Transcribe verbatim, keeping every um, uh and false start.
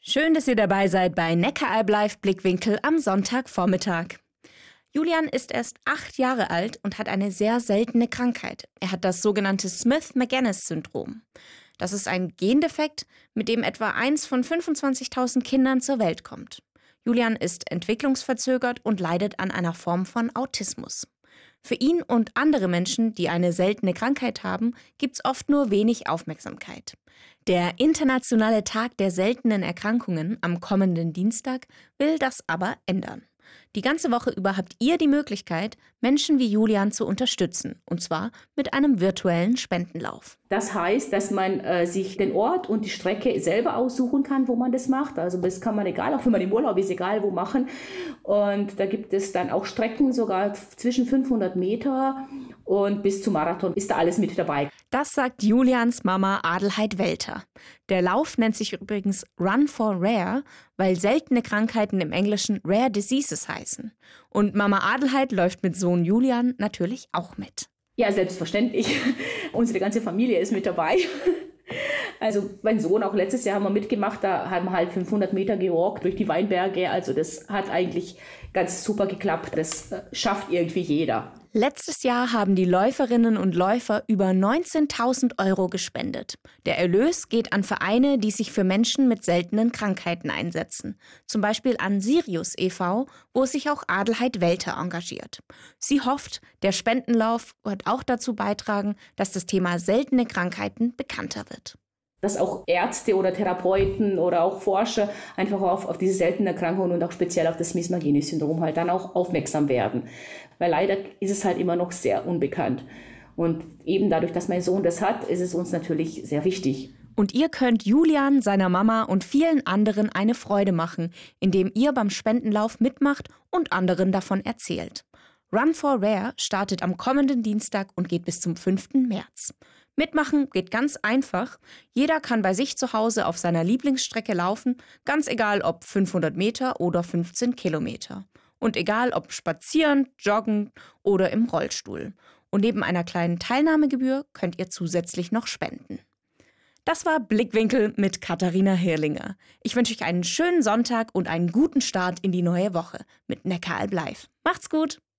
Schön, dass ihr dabei seid bei Neckaralb Live Blickwinkel am Sonntagvormittag. Julian ist erst acht Jahre alt und hat eine sehr seltene Krankheit. Er hat das sogenannte Smith-Magenis-Syndrom. Das ist ein Gendefekt, mit dem etwa eins von fünfundzwanzigtausend Kindern zur Welt kommt. Julian ist entwicklungsverzögert und leidet an einer Form von Autismus. Für ihn und andere Menschen, die eine seltene Krankheit haben, gibt's oft nur wenig Aufmerksamkeit. Der Internationale Tag der seltenen Erkrankungen am kommenden Dienstag will das aber ändern. Die ganze Woche über habt ihr die Möglichkeit, Menschen wie Julian zu unterstützen, und zwar mit einem virtuellen Spendenlauf. Das heißt, dass man äh, sich den Ort und die Strecke selber aussuchen kann, wo man das macht. Also das kann man egal, auch wenn man im Urlaub ist, egal wo machen. Und da gibt es dann auch Strecken, sogar zwischen fünfhundert Meter und bis zum Marathon ist da alles mit dabei. Das sagt Julians Mama Adelheid Welter. Der Lauf nennt sich übrigens Run for Rare, weil seltene Krankheiten im Englischen Rare Diseases heißen. Und Mama Adelheid läuft mit Sohn Julian natürlich auch mit. Ja, selbstverständlich. Unsere ganze Familie ist mit dabei. Also mein Sohn, auch letztes Jahr haben wir mitgemacht, da haben wir halt fünfhundert Meter gewalkt durch die Weinberge. Also das hat eigentlich ganz super geklappt. Das schafft irgendwie jeder. Letztes Jahr haben die Läuferinnen und Läufer über neunzehntausend Euro gespendet. Der Erlös geht an Vereine, die sich für Menschen mit seltenen Krankheiten einsetzen. Zum Beispiel an Sirius e V, wo sich auch Adelheid Welter engagiert. Sie hofft, der Spendenlauf wird auch dazu beitragen, dass das Thema seltene Krankheiten bekannter wird. Dass auch Ärzte oder Therapeuten oder auch Forscher einfach auf, auf diese seltenen Erkrankungen und auch speziell auf das Smith-Magenis-Syndrom halt dann auch aufmerksam werden. Weil leider ist es halt immer noch sehr unbekannt. Und eben dadurch, dass mein Sohn das hat, ist es uns natürlich sehr wichtig. Und ihr könnt Julian, seiner Mama und vielen anderen eine Freude machen, indem ihr beim Spendenlauf mitmacht und anderen davon erzählt. Run for Rare startet am kommenden Dienstag und geht bis zum fünften März. Mitmachen geht ganz einfach. Jeder kann bei sich zu Hause auf seiner Lieblingsstrecke laufen, ganz egal ob fünfhundert Meter oder fünfzehn Kilometer. Und egal ob spazieren, joggen oder im Rollstuhl. Und neben einer kleinen Teilnahmegebühr könnt ihr zusätzlich noch spenden. Das war Blickwinkel mit Katharina Hirlinger. Ich wünsche euch einen schönen Sonntag und einen guten Start in die neue Woche mit Neckaralb Live. Macht's gut!